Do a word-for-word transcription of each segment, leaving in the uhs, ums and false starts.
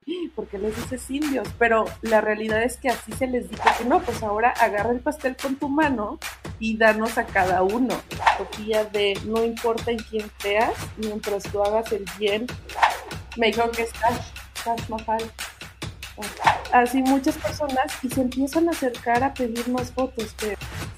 ¿por qué les dices indios? Pero la realidad es que así se les dijo que no, pues ahora agarra el pastel con tu mano y danos a cada uno. Sofía de no importa en quién creas, mientras tú hagas el bien. Me dijeron que es Tash, Tash Mahal. Así muchas personas y se empiezan a acercar a pedir más fotos. Que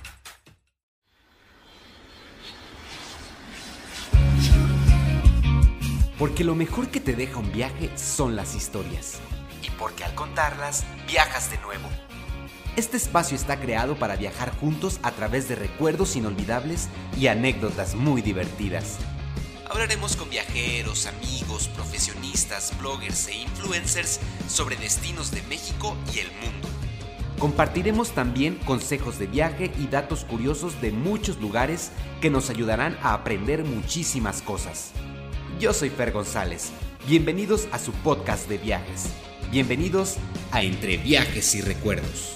Porque lo mejor que te deja un viaje son las historias. Y porque al contarlas, viajas de nuevo. Este espacio está creado para viajar juntos a través de recuerdos inolvidables y anécdotas muy divertidas. Hablaremos con viajeros, amigos, profesionistas, bloggers e influencers sobre destinos de México y el mundo. Compartiremos también consejos de viaje y datos curiosos de muchos lugares que nos ayudarán a aprender muchísimas cosas. Yo soy Fer González. Bienvenidos a su podcast de viajes. Bienvenidos a Entre Viajes y Recuerdos.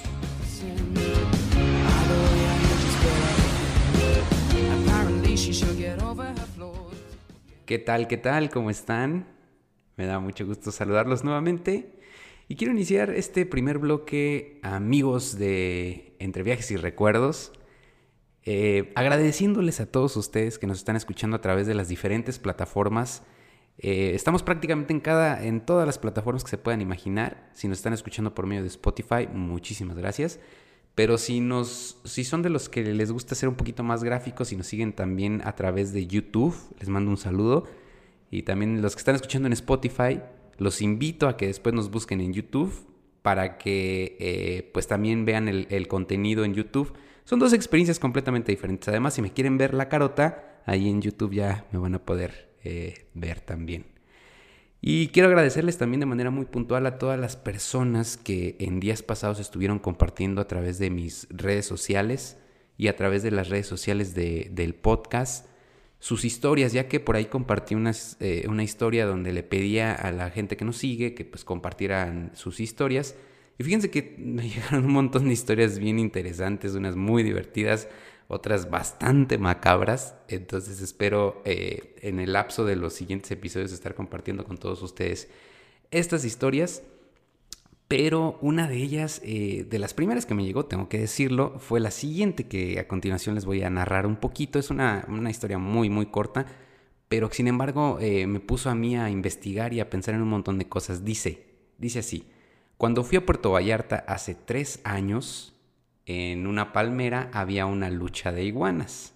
¿Qué tal? ¿Qué tal? ¿Cómo están? Me da mucho gusto saludarlos nuevamente. Y quiero iniciar este primer bloque, amigos de Entre Viajes y Recuerdos, eh, agradeciéndoles a todos ustedes que nos están escuchando a través de las diferentes plataformas. Eh, estamos prácticamente en, cada, en todas las plataformas que se puedan imaginar. Si nos están escuchando por medio de Spotify, muchísimas gracias. Pero si, nos, si son de los que les gusta ser un poquito más gráficos y nos siguen también a través de YouTube, les mando un saludo. Y también los que están escuchando en Spotify, los invito a que después nos busquen en YouTube para que eh, pues también vean el, el contenido en YouTube. Son dos experiencias completamente diferentes. Además, si me quieren ver la carota, ahí en YouTube ya me van a poder eh, ver también. Y quiero agradecerles también de manera muy puntual a todas las personas que en días pasados estuvieron compartiendo a través de mis redes sociales y a través de las redes sociales de, del podcast sus historias, ya que por ahí compartí unas, eh, una historia donde le pedía a la gente que nos sigue que pues compartieran sus historias. Y fíjense que me llegaron un montón de historias bien interesantes, unas muy divertidas, otras bastante macabras. Entonces espero eh, en el lapso de los siguientes episodios estar compartiendo con todos ustedes estas historias. Pero una de ellas, eh, de las primeras que me llegó, tengo que decirlo, fue la siguiente que a continuación les voy a narrar un poquito. Es una, una historia muy, muy corta, pero sin embargo eh, me puso a mí a investigar y a pensar en un montón de cosas. Dice, dice así: cuando fui a Puerto Vallarta hace tres años, en una palmera había una lucha de iguanas.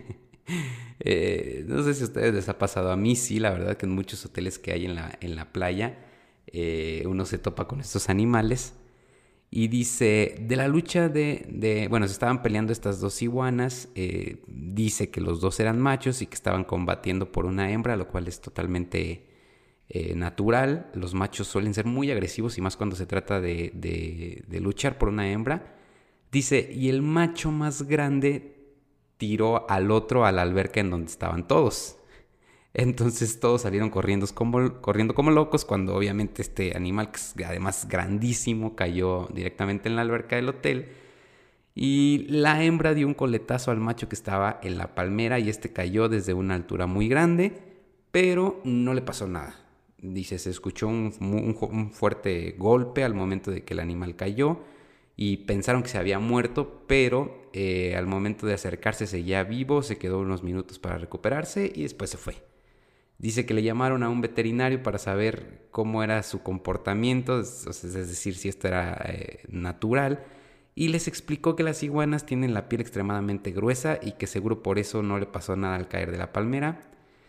eh, no sé si a ustedes les ha pasado, a mí sí, la verdad que en muchos hoteles que hay en la, en la playa, Eh, uno se topa con estos animales. Y dice, de la lucha de, de bueno, se estaban peleando estas dos iguanas. eh, dice que los dos eran machos y que estaban combatiendo por una hembra, lo cual es totalmente eh, natural. Los machos suelen ser muy agresivos y más cuando se trata de, de, de luchar por una hembra. Dice, y el macho más grande tiró al otro a la alberca en donde estaban todos. Entonces todos salieron corriendo como, corriendo como locos cuando obviamente este animal, que es además grandísimo, cayó directamente en la alberca del hotel. Y la hembra dio un coletazo al macho que estaba en la palmera y este cayó desde una altura muy grande, pero no le pasó nada. Dice, se escuchó un, un, un fuerte golpe al momento de que el animal cayó y pensaron que se había muerto, pero eh, al momento de acercarse seguía vivo, se quedó unos minutos para recuperarse y después se fue. Dice que le llamaron a un veterinario para saber cómo era su comportamiento, es decir, si esto era eh, natural, y les explicó que las iguanas tienen la piel extremadamente gruesa y que seguro por eso no le pasó nada al caer de la palmera,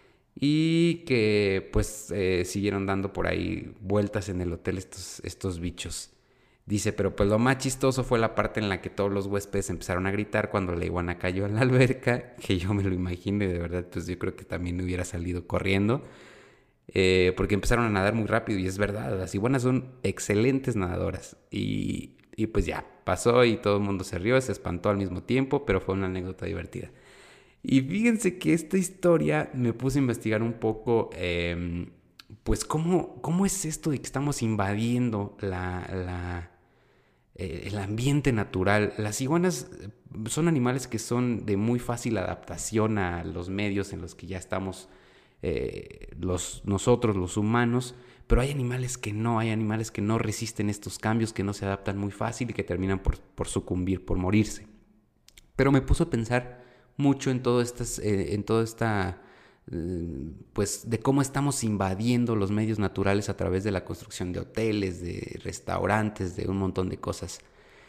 y que pues eh, siguieron dando por ahí vueltas en el hotel estos, estos bichos. Dice, pero pues lo más chistoso fue la parte en la que todos los huéspedes empezaron a gritar cuando la iguana cayó en la alberca, que yo me lo imagino y de verdad pues yo creo que también hubiera salido corriendo, eh, porque empezaron a nadar muy rápido y es verdad, las iguanas son excelentes nadadoras y, y pues ya, pasó y todo el mundo se rió, se espantó al mismo tiempo, pero fue una anécdota divertida. Y fíjense que esta historia me puse a investigar un poco, eh, pues cómo, cómo es esto de que estamos invadiendo la... la el ambiente natural. Las iguanas son animales que son de muy fácil adaptación a los medios en los que ya estamos eh, los, nosotros, los humanos, pero hay animales que no, hay animales que no resisten estos cambios, que no se adaptan muy fácil y que terminan por, por sucumbir, por morirse. Pero me puso a pensar mucho en todo estas, eh, en toda esta, eh, pues de cómo estamos invadiendo los medios naturales a través de la construcción de hoteles, de restaurantes, de un montón de cosas.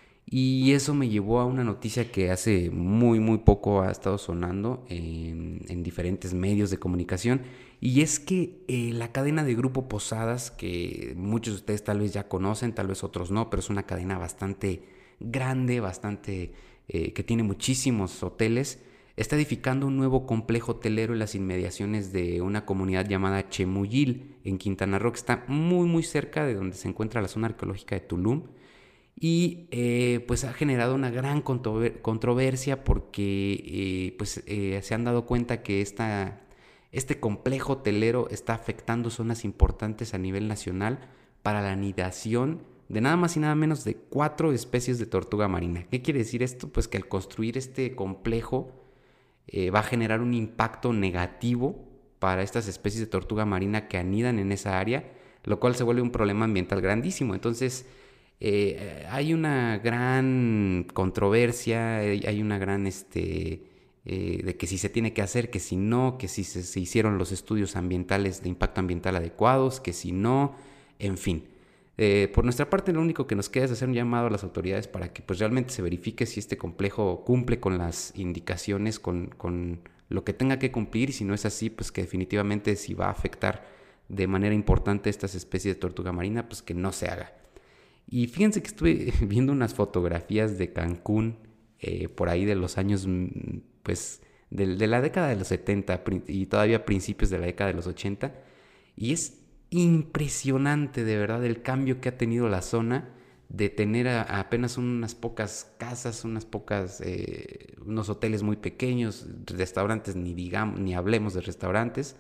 Y eso me llevó a una noticia que hace muy muy poco ha estado sonando en, en diferentes medios de comunicación, y es que eh, la cadena de Grupo Posadas, que muchos de ustedes tal vez ya conocen, tal vez otros no, pero es una cadena bastante grande, bastante eh, que tiene muchísimos hoteles, está edificando un nuevo complejo hotelero en las inmediaciones de una comunidad llamada Chemuyil en Quintana Roo, que está muy muy cerca de donde se encuentra la zona arqueológica de Tulum. Y eh, pues ha generado una gran controver- controversia porque eh, pues, eh, se han dado cuenta que esta, este complejo hotelero está afectando zonas importantes a nivel nacional para la anidación de nada más y nada menos de cuatro especies de tortuga marina. ¿Qué quiere decir esto? Pues que al construir este complejo eh, va a generar un impacto negativo para estas especies de tortuga marina que anidan en esa área, lo cual se vuelve un problema ambiental grandísimo. Entonces, Eh, hay una gran controversia, hay una gran, este, eh, de que si se tiene que hacer, que si no, que si se, se hicieron los estudios ambientales de impacto ambiental adecuados, que si no, en fin. Eh, por nuestra parte, lo único que nos queda es hacer un llamado a las autoridades para que pues realmente se verifique si este complejo cumple con las indicaciones, con, con lo que tenga que cumplir, y si no es así, pues que definitivamente si va a afectar de manera importante estas especies de tortuga marina, pues que no se haga. Y fíjense que estuve viendo unas fotografías de Cancún eh, por ahí de los años, pues, de, de la década de los setenta y todavía principios de la década de los ochenta. Y es impresionante, de verdad, el cambio que ha tenido la zona de tener a, a apenas unas pocas casas, unas pocas, eh, unos hoteles muy pequeños, restaurantes, ni digamos, ni hablemos de restaurantes.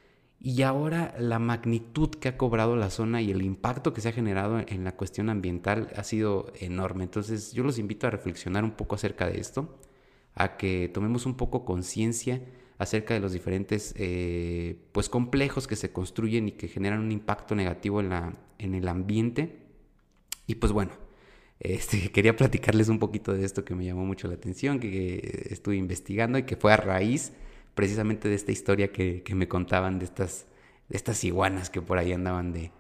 Y ahora la magnitud que ha cobrado la zona y el impacto que se ha generado en la cuestión ambiental ha sido enorme. Entonces yo los invito a reflexionar un poco acerca de esto, a que tomemos un poco conciencia acerca de los diferentes eh, pues complejos que se construyen y que generan un impacto negativo en, la, en el ambiente. Y pues bueno, este, quería platicarles un poquito de esto que me llamó mucho la atención, que, que estuve investigando y que fue a raíz precisamente de esta historia que, que me contaban de estas, de estas iguanas que por ahí andaban de,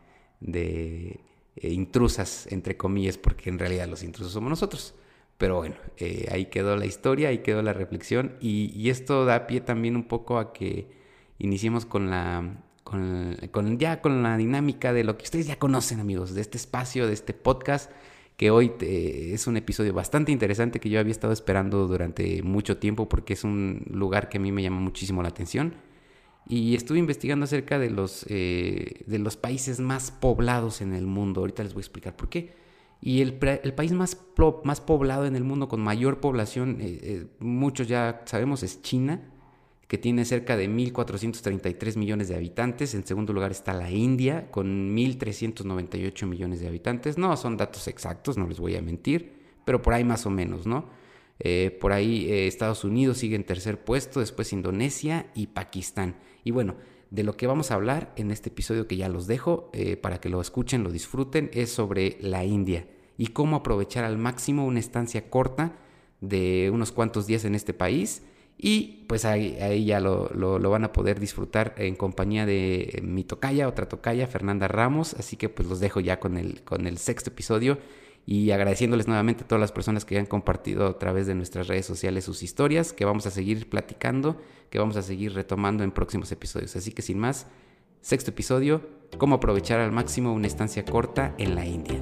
de eh, intrusas, entre comillas, porque en realidad los intrusos somos nosotros. Pero bueno, eh, ahí quedó la historia, ahí quedó la reflexión, y, y esto da pie también un poco a que iniciemos con la, con, con ya con la dinámica de lo que ustedes ya conocen, amigos, de este espacio, de este podcast, que hoy te, es un episodio bastante interesante que yo había estado esperando durante mucho tiempo porque es un lugar que a mí me llama muchísimo la atención. Y estuve investigando acerca de los, eh, de los países más poblados en el mundo. Ahorita les voy a explicar por qué. Y el, el país más, más poblado en el mundo, con mayor población, eh, eh, muchos ya sabemos, es China, que tiene cerca de mil cuatrocientos treinta y tres millones de habitantes. En segundo lugar está la India, con mil trescientos noventa y ocho millones de habitantes. No son datos exactos, no les voy a mentir, pero por ahí más o menos, ¿no? Eh, por ahí eh, Estados Unidos sigue en tercer puesto, después Indonesia y Pakistán. Y bueno, de lo que vamos a hablar en este episodio, que ya los dejo eh, para que lo escuchen, lo disfruten, es sobre la India y cómo aprovechar al máximo una estancia corta de unos cuantos días en este país. Y pues ahí, ahí ya lo, lo, lo van a poder disfrutar en compañía de mi tocaya, otra tocaya, Fernanda Ramos. Así que pues los dejo ya con el, con el sexto episodio, y agradeciéndoles nuevamente a todas las personas que han compartido a través de nuestras redes sociales sus historias, que vamos a seguir platicando, que vamos a seguir retomando en próximos episodios. Así que sin más, sexto episodio, cómo aprovechar al máximo una estancia corta en la India.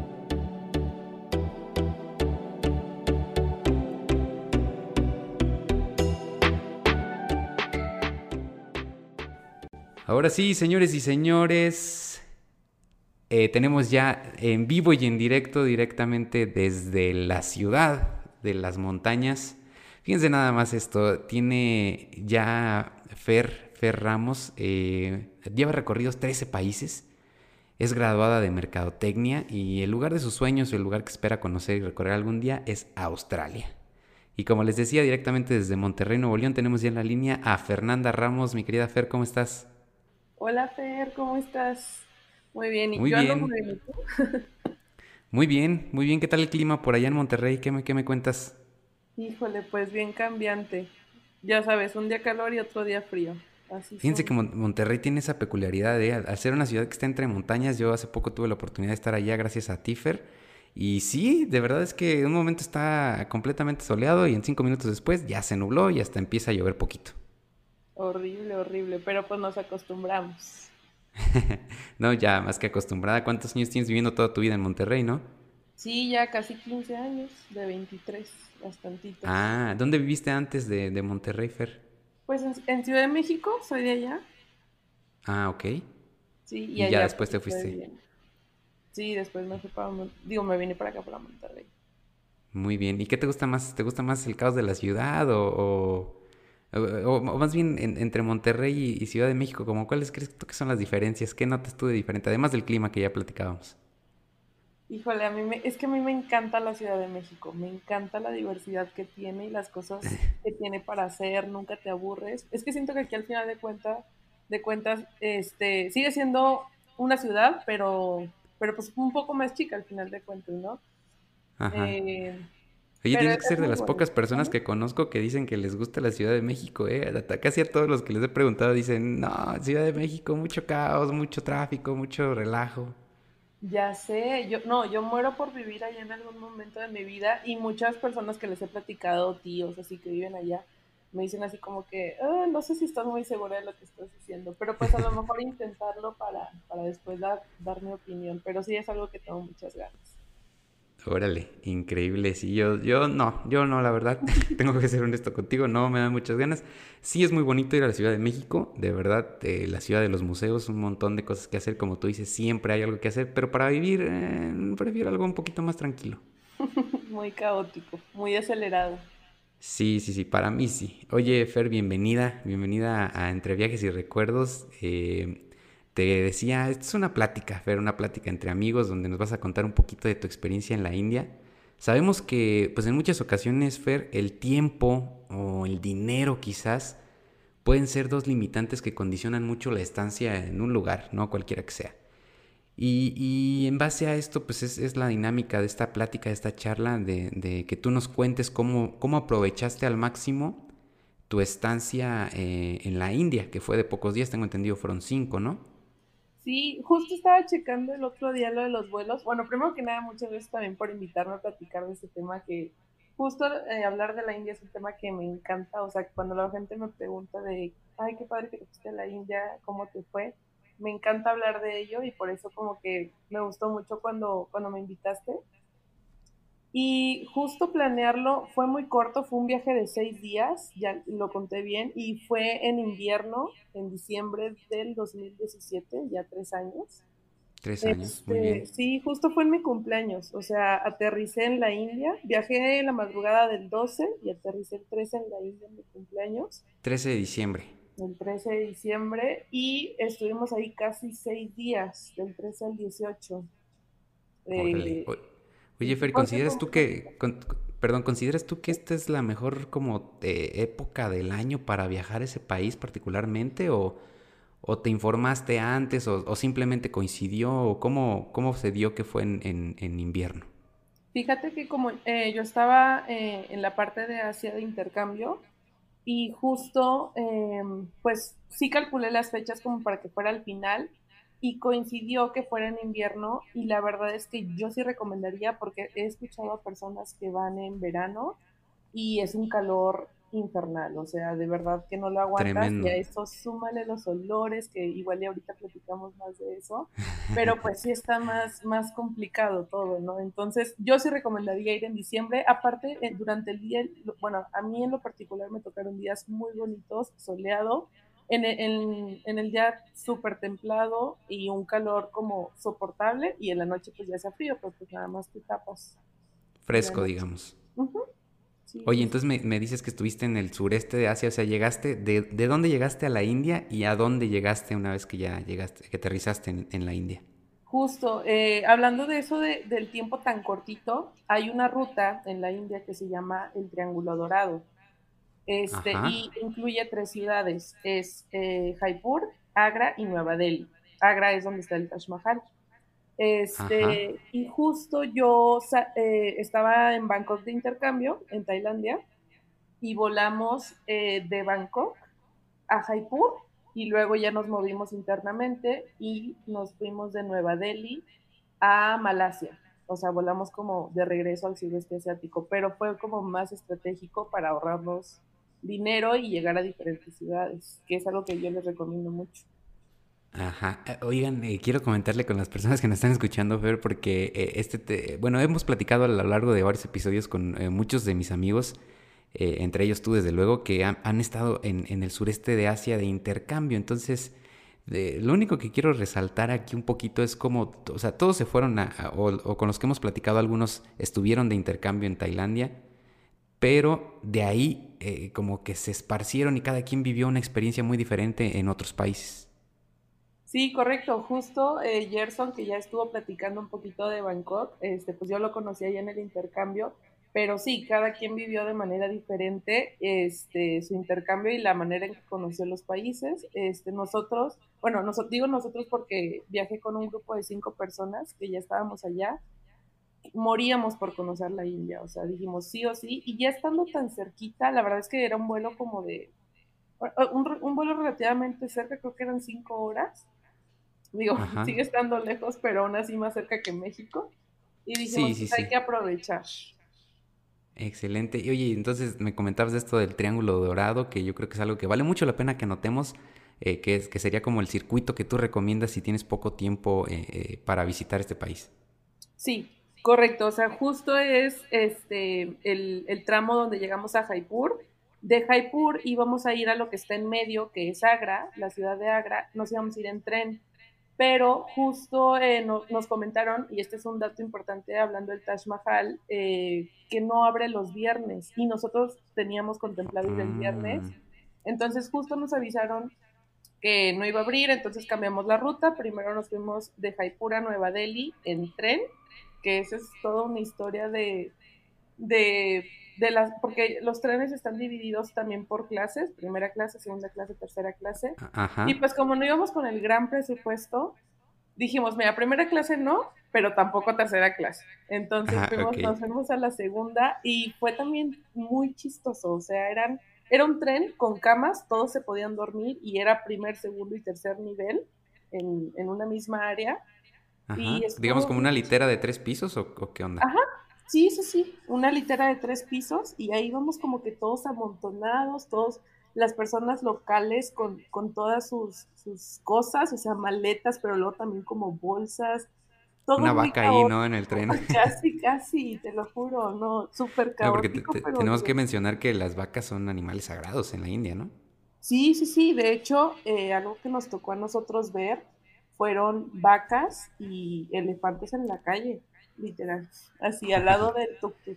Ahora sí, señores y señores, eh, tenemos ya en vivo y en directo, directamente desde la ciudad de las montañas. Fíjense nada más esto, tiene ya Fer, Fer Ramos, eh, lleva recorridos trece países, es graduada de Mercadotecnia y el lugar de sus sueños, el lugar que espera conocer y recorrer algún día, es Australia. Y como les decía, directamente desde Monterrey, Nuevo León, tenemos ya en la línea a Fernanda Ramos. Mi querida Fer, ¿cómo estás? Hola Fer, ¿cómo estás? Muy bien, y Muy yo ando muy bien, bien. ¿Y tú? muy bien, muy bien. ¿Qué tal el clima por allá en Monterrey? ¿Qué me, qué me cuentas? Híjole, pues bien cambiante. Ya sabes, un día calor y otro día frío. Así Fíjense que son. Mon- Monterrey tiene esa peculiaridad, ¿eh? Al al ser una ciudad que está entre montañas, yo hace poco tuve la oportunidad de estar allá gracias a Tifer. Y sí, de verdad es que en un momento está completamente soleado y en cinco minutos después ya se nubló y hasta empieza a llover poquito. Horrible, horrible, pero pues nos acostumbramos. No, ya más que acostumbrada. ¿Cuántos años tienes viviendo toda tu vida en Monterrey, no? Sí, ya casi quince años, de veintitrés, bastantitos. Ah, ¿dónde viviste antes de, de Monterrey, Fer? Pues en, en Ciudad de México, soy de allá. Ah, ok. Sí, y Y ya allá después pues te estoy fuiste. bien. Sí, después me fui para, Mon- digo, me vine para acá, para Monterrey. Muy bien. ¿Y qué te gusta más? ¿Te gusta más el caos de la ciudad o, o, o- o más bien en- entre Monterrey y, y Ciudad de México? Como, ¿cuáles crees tú que son las diferencias? ¿Qué notas tú de diferente? Además del clima que ya platicábamos. Híjole, a mí me, es que a mí me encanta la Ciudad de México, me encanta la diversidad que tiene y las cosas que tiene para hacer, nunca te aburres. Es que siento que aquí al final de cuenta, de cuentas, este, sigue siendo una ciudad, pero, pero pues un poco más chica al final de cuentas, ¿no? Ajá. Eh, Oye, pero tienes que es ser de muy las bonito. pocas personas Ajá. que conozco que dicen que les gusta la Ciudad de México, ¿eh? A- Casi a todos los que les he preguntado dicen, no, Ciudad de México, mucho caos, mucho tráfico, mucho relajo. Ya sé, yo no, yo muero por vivir allá en algún momento de mi vida y muchas personas que les he platicado, tíos así que viven allá, me dicen así como que, "Ah, no sé si estás muy segura de lo que estás diciendo, pero pues a lo mejor intentarlo para, para después dar, dar mi opinión, pero sí es algo que tengo muchas ganas. Órale, increíble. Sí, yo, yo no, yo no, la verdad. Tengo que ser honesto contigo, no me da muchas ganas. Sí es muy bonito ir a la Ciudad de México, de verdad, eh, la ciudad de los museos, un montón de cosas que hacer, como tú dices, siempre hay algo que hacer, pero para vivir eh, prefiero algo un poquito más tranquilo. Muy caótico, muy acelerado. Sí, sí, sí, para mí sí. Oye, Fer, bienvenida, bienvenida a Entre Viajes y Recuerdos. Eh, te decía, esta es una plática, Fer, una plática entre amigos donde nos vas a contar un poquito de tu experiencia en la India. Sabemos que, pues en muchas ocasiones, Fer, el tiempo o el dinero quizás pueden ser dos limitantes que condicionan mucho la estancia en un lugar, no cualquiera que sea. Y, y en base a esto, pues es, es la dinámica de esta plática, de esta charla, de, de que tú nos cuentes cómo, cómo aprovechaste al máximo tu estancia eh, en la India, que fue de pocos días, tengo entendido, fueron cinco, ¿no? Sí, justo estaba checando el otro día lo de los vuelos. Bueno, primero que nada, muchas gracias también por invitarme a platicar de este tema que justo eh, hablar de la India es un tema que me encanta. O sea, cuando la gente me pregunta de, ay, qué padre que te fuiste a la India, ¿cómo te fue? Me encanta hablar de ello y por eso como que me gustó mucho cuando, cuando me invitaste. Y justo planearlo fue muy corto, fue un viaje de seis días, ya lo conté bien, y fue en invierno, en diciembre del dos mil diecisiete, ya tres años. Tres años, muy Este, bien. sí, justo fue en mi cumpleaños, o sea, aterricé en la India, viajé en la madrugada del doce y aterricé el trece en la India en mi cumpleaños, Trece de diciembre. el trece de diciembre, y estuvimos ahí casi seis días, del trece al dieciocho. Órale. Eh, O- sí, Oye, Fer, fue fue ¿consideras muy tú bonito. que, con- perdón, ¿consideras tú que esta es la mejor como eh, época del año para viajar a ese país particularmente? ¿O, o te informaste antes o, o simplemente coincidió? ¿O cómo, cómo se dio que fue en, en- en invierno? Fíjate que como eh, yo estaba eh, en la parte de Asia de intercambio y justo eh, pues sí calculé las fechas como para que fuera al final y coincidió que fuera en invierno y la verdad es que yo sí recomendaría porque he escuchado a personas que van en verano y es un calor infernal, o sea, de verdad que no lo aguantas y Tremendo. a eso súmale los olores, que igual y ahorita platicamos más de eso, pero pues sí está más, más complicado todo, ¿no? Entonces yo sí recomendaría ir en diciembre, aparte eh, durante el día, bueno, a mí en lo particular me tocaron días muy bonitos, soleado, en, en, en el día súper templado y un calor como soportable y en la noche pues ya hace frío, pero pues nada más te tapas en la Fresco, noche. digamos. Ujú. Sí, Oye, sí, sí. entonces me, me dices que estuviste en el sureste de Asia, o sea, llegaste, de, ¿de dónde llegaste a la India y a dónde llegaste una vez que ya llegaste, que aterrizaste en, en la India? Justo, eh, hablando de eso de- del tiempo tan cortito, hay una ruta en la India que se llama el Triángulo Dorado. Este, Ajá. y incluye tres ciudades, es eh, Jaipur, Agra y Nueva Delhi. Agra es donde está el Taj Mahal. Ajá. Este, y justo yo eh, estaba en Bangkok de intercambio, en Tailandia, y volamos eh, de Bangkok a Jaipur y luego ya nos movimos internamente y nos fuimos de Nueva Delhi a Malasia. O sea, volamos como de regreso al sudeste asiático, pero fue como más estratégico para ahorrarnos dinero y llegar a diferentes ciudades, que es algo que yo les recomiendo mucho. Ajá. Eh, Oigan, eh, quiero comentarle con las personas que nos están escuchando, Fer, porque eh, este, te- bueno, hemos platicado a lo largo de varios episodios con eh, muchos de mis amigos, eh, entre ellos tú, desde luego, que han, han estado en, en el sureste de Asia de intercambio. Entonces, de- lo único que quiero resaltar aquí un poquito es como, o sea, todos se fueron a, a- o, o con los que hemos platicado, algunos estuvieron de intercambio en Tailandia, pero de ahí eh, como que se esparcieron y cada quien vivió una experiencia muy diferente en otros países. Sí, correcto. Justo eh, Gerson, que ya estuvo platicando un poquito de Bangkok, este, pues yo lo conocí allá en el intercambio, pero sí, cada quien vivió de manera diferente este, su intercambio y la manera en que conoció los países. Este, nosotros, bueno, nos, digo nosotros porque viajé con un grupo de cinco personas que ya estábamos allá, moríamos por conocer la India, o sea, dijimos sí o sí, y ya estando tan cerquita, la verdad es que era un vuelo como de, un, un vuelo relativamente cerca, creo que eran cinco horas, digo, Ajá. sigue estando lejos, pero aún así más cerca que México. Y dijimos, Sí, sí, pues hay sí. que aprovechar. Excelente. Y oye, entonces me comentabas de esto del Triángulo Dorado, que yo creo que es algo que vale mucho la pena que anotemos, eh, que, es, que sería como el circuito que tú recomiendas si tienes poco tiempo eh, eh, para visitar este país. Sí, correcto. O sea, justo es este el, el tramo donde llegamos a Jaipur. De Jaipur íbamos a ir a lo que está en medio, que es Agra, la ciudad de Agra. Nos íbamos a ir en tren. Pero justo eh, no, nos comentaron, y este es un dato importante hablando del Taj Mahal, eh, que no abre los viernes. Y nosotros teníamos contemplado ir el viernes. Mm. Entonces justo nos avisaron que no iba a abrir, entonces cambiamos la ruta. Primero nos fuimos de Jaipur a Nueva Delhi en tren, que esa es toda una historia de, de, de las, porque los trenes están divididos también por clases, primera clase, segunda clase, tercera clase. Y Ajá. pues como no íbamos con el gran presupuesto, dijimos, mira, primera clase no, pero tampoco tercera clase. Entonces Ajá, ok. fuimos, nos fuimos a la segunda y fue también muy chistoso, o sea, eran, era un tren con camas, todos se podían dormir y era primer, segundo y tercer nivel en, en una misma área y Ajá. Digamos estuvo como una bien. litera de tres pisos o, o qué onda. Ajá, sí, sí, sí, una litera de tres pisos y ahí vamos como que todos amontonados, todos las personas locales con, con todas sus, sus cosas, o sea, maletas, pero luego también como bolsas, todo Una muy vaca ahí, ¿no? En el caótico, tren. casi, casi, te lo juro, no, súper No, porque te- caótico, te- pero tenemos que divertido. mencionar que las vacas son animales sagrados en la India, ¿no? Sí, sí, sí, de hecho, eh, algo que nos tocó a nosotros ver fueron vacas y elefantes en la calle, literal, así al lado del tuk-tuk.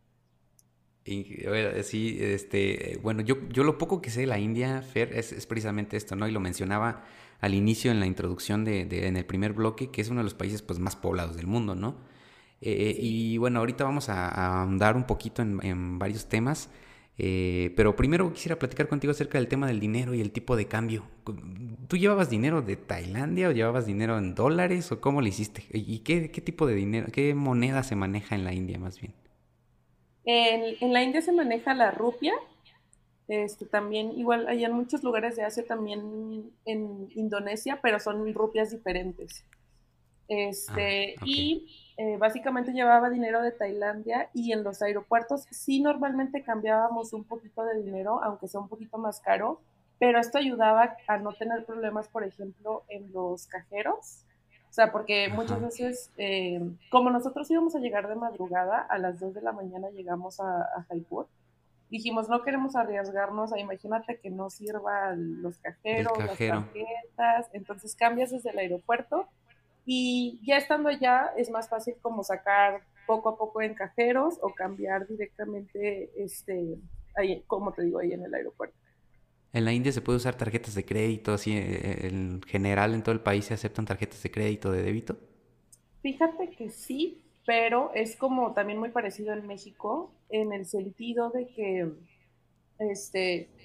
Y, a ver, sí, este, bueno, yo, yo lo poco que sé de la India, Fer, es, es precisamente esto, ¿no? Y lo mencionaba al inicio en la introducción de, de- en el primer bloque, que es uno de los países pues más poblados del mundo, ¿no? Eh, Sí. y bueno, ahorita vamos a, a ahondar un poquito en, en varios temas, eh, pero primero quisiera platicar contigo acerca del tema del dinero y el tipo de cambio. ¿Tú llevabas dinero de Tailandia o llevabas dinero en dólares o cómo lo hiciste? ¿Y qué, qué tipo de dinero, qué moneda se maneja en la India más bien? En, en la India se maneja la rupia, este, también igual hay en muchos lugares de Asia, también en Indonesia, pero son rupias diferentes. Ah, Este, ok. y eh, básicamente llevaba dinero de Tailandia y en los aeropuertos sí normalmente cambiábamos un poquito de dinero, aunque sea un poquito más caro, pero esto ayudaba a no tener problemas, por ejemplo, en los cajeros. O sea, porque muchas Ajá. veces, eh, como nosotros íbamos a llegar de madrugada, a las dos de la mañana llegamos a, a Jaipur, dijimos, no queremos arriesgarnos a, imagínate que no sirvan los El cajeros, las cajero. tarjetas, entonces cambias desde el aeropuerto y ya estando allá es más fácil como sacar poco a poco en cajeros o cambiar directamente, este, ahí, como te digo, ahí en el aeropuerto. En la India se puede usar tarjetas de crédito, así eh, en general en todo el país se aceptan tarjetas de crédito, de débito. Fíjate que sí, pero es como también muy parecido en México, en el sentido de que, este,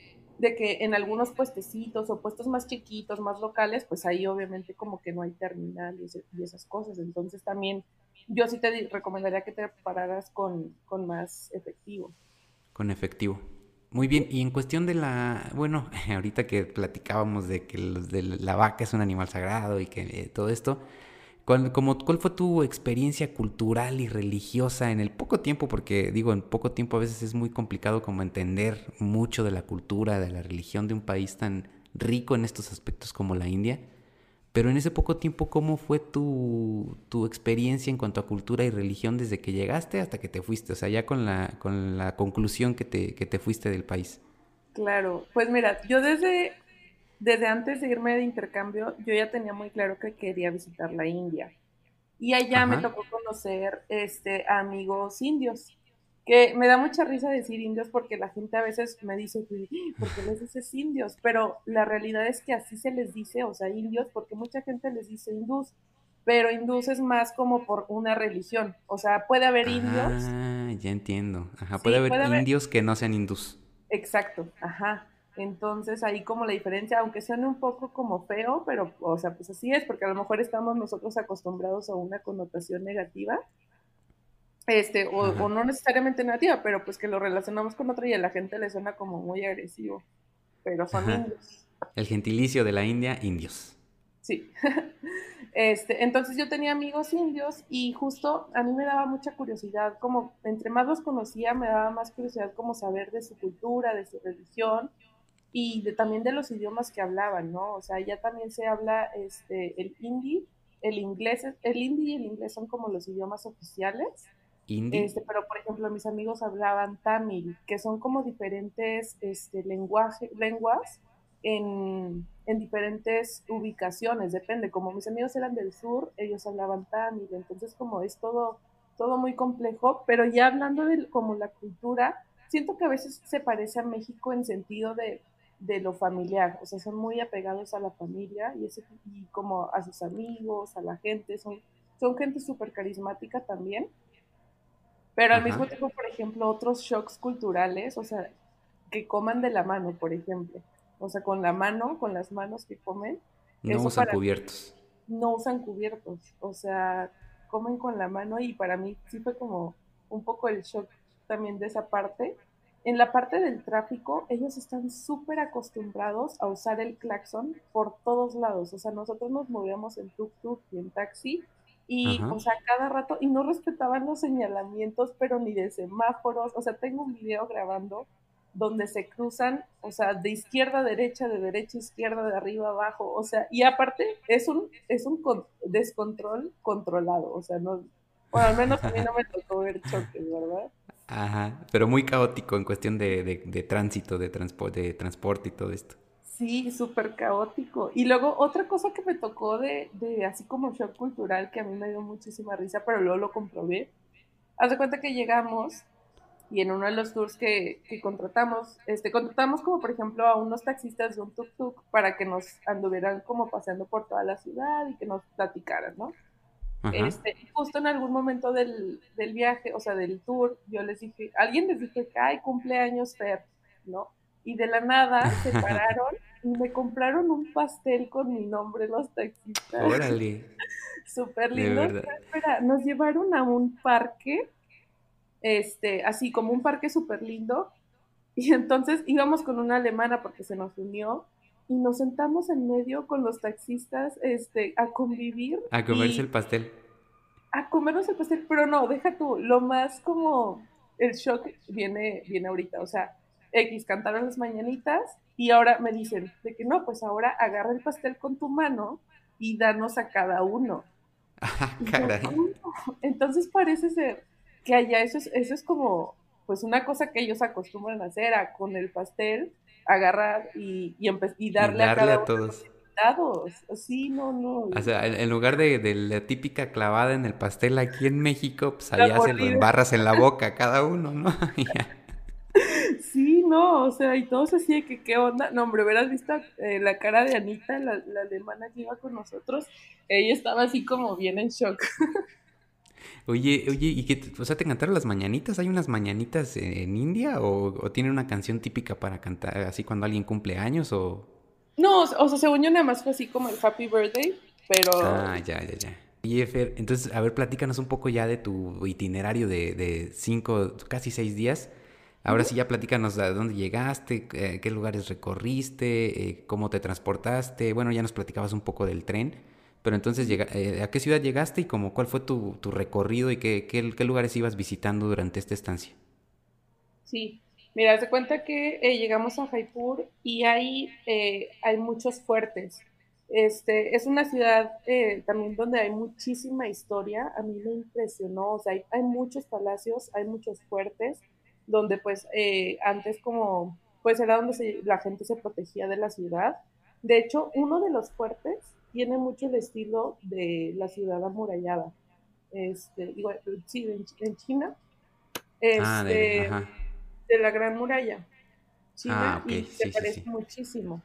de que en algunos puestecitos o puestos más chiquitos, más locales, pues ahí obviamente como que no hay terminal y, ese, y esas cosas. Entonces también yo sí te recomendaría que te prepararas con, con más efectivo. Con efectivo. Muy bien, y en cuestión de la, bueno, ahorita que platicábamos de que los de la vaca es un animal sagrado y que eh, todo esto, ¿cuál, como, ¿cuál fue tu experiencia cultural y religiosa en el poco tiempo? Porque digo, en poco tiempo a veces es muy complicado como entender mucho de la cultura, de la religión de un país tan rico en estos aspectos como la India. Pero en ese poco tiempo, ¿cómo fue tu, tu experiencia en cuanto a cultura y religión desde que llegaste hasta que te fuiste? O sea, ya con la, con la conclusión que te, que te fuiste del país. Claro, pues mira, yo desde, desde antes de irme de intercambio, yo ya tenía muy claro que quería visitar la India. Y allá me Ajá. tocó conocer este, amigos indios, que me da mucha risa decir indios porque la gente a veces me dice, "¡Ah! ¿Por qué les dices indios?" Pero la realidad es que así se les dice, o sea, indios, porque mucha gente les dice hindús, pero hindús es más como por una religión, o sea, puede haber indios, Ah, ya entiendo. Ajá, puede sí, haber puede haber, indios que no sean hindús. exacto, ajá. Entonces ahí como la diferencia, aunque suene un poco como feo, pero, o sea, pues así es, porque a lo mejor estamos nosotros acostumbrados a una connotación negativa, este, o, o Ajá. no necesariamente negativa, pero pues que lo relacionamos con otra y a la gente le suena como muy agresivo, pero son Ajá. indios, El gentilicio de la India, indios. sí. Este, entonces yo tenía amigos indios y justo a mí me daba mucha curiosidad, como entre más los conocía, me daba más curiosidad como saber de su cultura, de su religión y de, también de los idiomas que hablaban, ¿no? O sea, ya también se habla este, el hindi, el inglés, el hindi y el inglés son como los idiomas oficiales. ¿Hindi? Este, pero por ejemplo, mis amigos hablaban tamil, que son como diferentes este, lenguaje, lenguas en, en diferentes ubicaciones, depende. Como mis amigos eran del sur, ellos hablaban tamil, entonces como es todo, todo muy complejo, pero ya hablando de como la cultura, siento que a veces se parece a México en sentido de, de lo familiar, o sea, son muy apegados a la familia y, ese, y como a sus amigos, a la gente, son, son gente súper carismática también, pero al Ajá. mismo tiempo, por ejemplo, otros shocks culturales, o sea, que coman de la mano, por ejemplo. O sea, con la mano, con las manos que comen, No eso usan para mí cubiertos. no usan cubiertos. O sea, comen con la mano y para mí sí fue como un poco el shock también de esa parte. En la parte del tráfico, ellos están súper acostumbrados a usar el claxon por todos lados. O sea, nosotros nos movíamos en tuk-tuk y en taxi y, Ajá. o sea, cada rato, y no respetaban los señalamientos, pero ni de semáforos. O sea, tengo un video grabando donde se cruzan, o sea, de izquierda a derecha, de derecha a izquierda, de arriba a abajo, o sea, y aparte es un, es un con, descontrol controlado, o sea, no, bueno, al menos a mí no me tocó ver choques, ¿verdad? Ajá. Pero muy caótico en cuestión de, de, de tránsito, de, transpo de transporte y todo esto. Sí, súper caótico. Y luego otra cosa que me tocó de, de así como shock cultural, que a mí me dio muchísima risa, pero luego lo comprobé. Haz de cuenta que llegamos y en uno de los tours que, que contratamos, este, contratamos como por ejemplo a unos taxistas de un tuk-tuk para que nos anduvieran como paseando por toda la ciudad y que nos platicaran, ¿no? Ajá. Este, y justo en algún momento del, del viaje, o sea, del tour, yo les dije, alguien les dijo que, ay, cumpleaños Fer, ¿no? Y de la nada se pararon y me compraron un pastel con mi nombre los taxistas, Órale. súper De lindos. verdad. Pero espera, nos llevaron a un parque, este, así como un parque súper lindo, y entonces íbamos con una alemana porque se nos unió y nos sentamos en medio con los taxistas este, a convivir A comerse y el pastel. a comernos el pastel, pero no, deja tú, lo más como el shock viene, viene ahorita, o sea, X cantaron las mañanitas y ahora me dicen de que no, pues ahora agarra el pastel con tu mano y danos a cada uno. Ah, Y yo, caray. ¿cómo? Entonces parece ser que allá eso es, eso es como, pues una cosa que ellos acostumbran a hacer, a con el pastel, agarrar y, y, y Y darle a darle cada a uno de los todos. invitados. Sí, no, no. O sea, en, en lugar de, de la típica clavada en el pastel aquí en México, pues La allá se lo mordida. embarras en la boca a cada uno, ¿no? Y ya. Sí, no, o sea, y todos así de que, ¿qué onda? No, hombre, hubieras visto eh, la cara de Anita, la, la alemana que iba con nosotros. Ella estaba así como bien en shock. Oye, oye, ¿y qué? te- O sea, ¿te cantaron las mañanitas? ¿Hay unas mañanitas en India? ¿O, o tienen una canción típica para cantar así cuando alguien cumple años? O... No, o sea, según yo nada más fue así como el Happy Birthday, pero Ah, ya, ya, ya. Oye, Fer, entonces, a ver, platícanos un poco ya de tu itinerario de, de cinco, casi seis días. Ahora ujú. sí, ya platícanos a dónde llegaste, eh, qué lugares recorriste, eh, cómo te transportaste. Bueno, ya nos platicabas un poco del tren, pero entonces, llega- eh, ¿a qué ciudad llegaste y cómo, cuál fue tu, tu recorrido y qué, qué, qué lugares ibas visitando durante esta estancia? Sí, mira, haz de cuenta que eh, llegamos a Jaipur y ahí eh, hay muchos fuertes. Este, es una ciudad eh, también donde hay muchísima historia. A mí me impresionó, o sea, hay, hay muchos palacios, hay muchos fuertes, donde pues eh, antes como, pues era donde se- la gente se protegía de la ciudad. De hecho, uno de los fuertes tiene mucho el estilo de la ciudad amurallada. Este, igual, sí, en, en China. Ah, de, Este, ajá. de la Gran Muralla Ah, China ok, y se sí, sí, parece sí. muchísimo.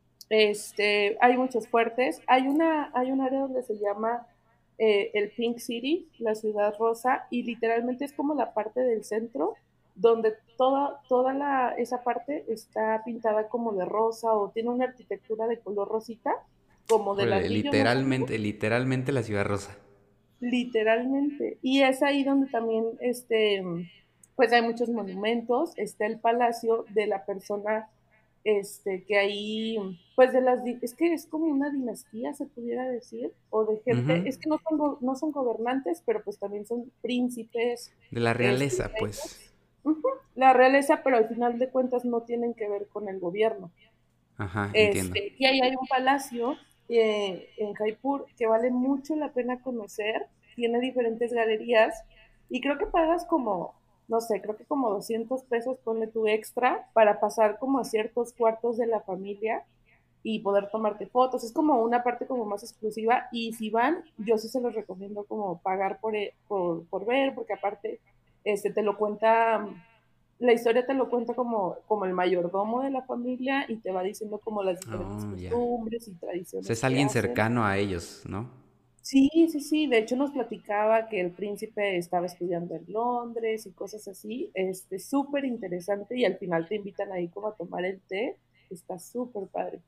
Este, hay muchos fuertes. Hay una, hay un área donde se llama eh, el Pink City, la ciudad rosa, y literalmente es como la parte del centro donde toda, toda la, esa parte está pintada como de rosa o tiene una arquitectura de color rosita, como de Órale, ladrillo más o menos. literalmente, literalmente la ciudad rosa. Literalmente. Y es ahí donde también, este, pues hay muchos monumentos. Está el palacio de la persona, este, que ahí, pues de las, di- es que es como una dinastía, se pudiera decir, o de gente, Ujú. es que no son, go- no son gobernantes, pero pues también son príncipes, De la este, realeza, pues. reyes. Ujú. La realeza, pero al final de cuentas no tienen que ver con el gobierno. Ajá, entiendo. Este, y ahí hay un palacio eh, en Jaipur que vale mucho la pena conocer, tiene diferentes galerías y creo que pagas como, no sé, creo que como doscientos pesos, ponle tu extra para pasar como a ciertos cuartos de la familia y poder tomarte fotos. Es como una parte como más exclusiva y si van, yo sí se los recomiendo como pagar por, e- por, por ver, porque aparte este, te lo cuenta, la historia te lo cuenta como, como el mayordomo de la familia y te va diciendo como las diferentes Oh, ya. costumbres y O sea, tradiciones es que alguien hacen. cercano a ellos, ¿no? Sí, sí, sí, de hecho nos platicaba que el príncipe estaba estudiando en Londres y cosas así, este, súper interesante y al final te invitan ahí como a tomar el té, está súper padre,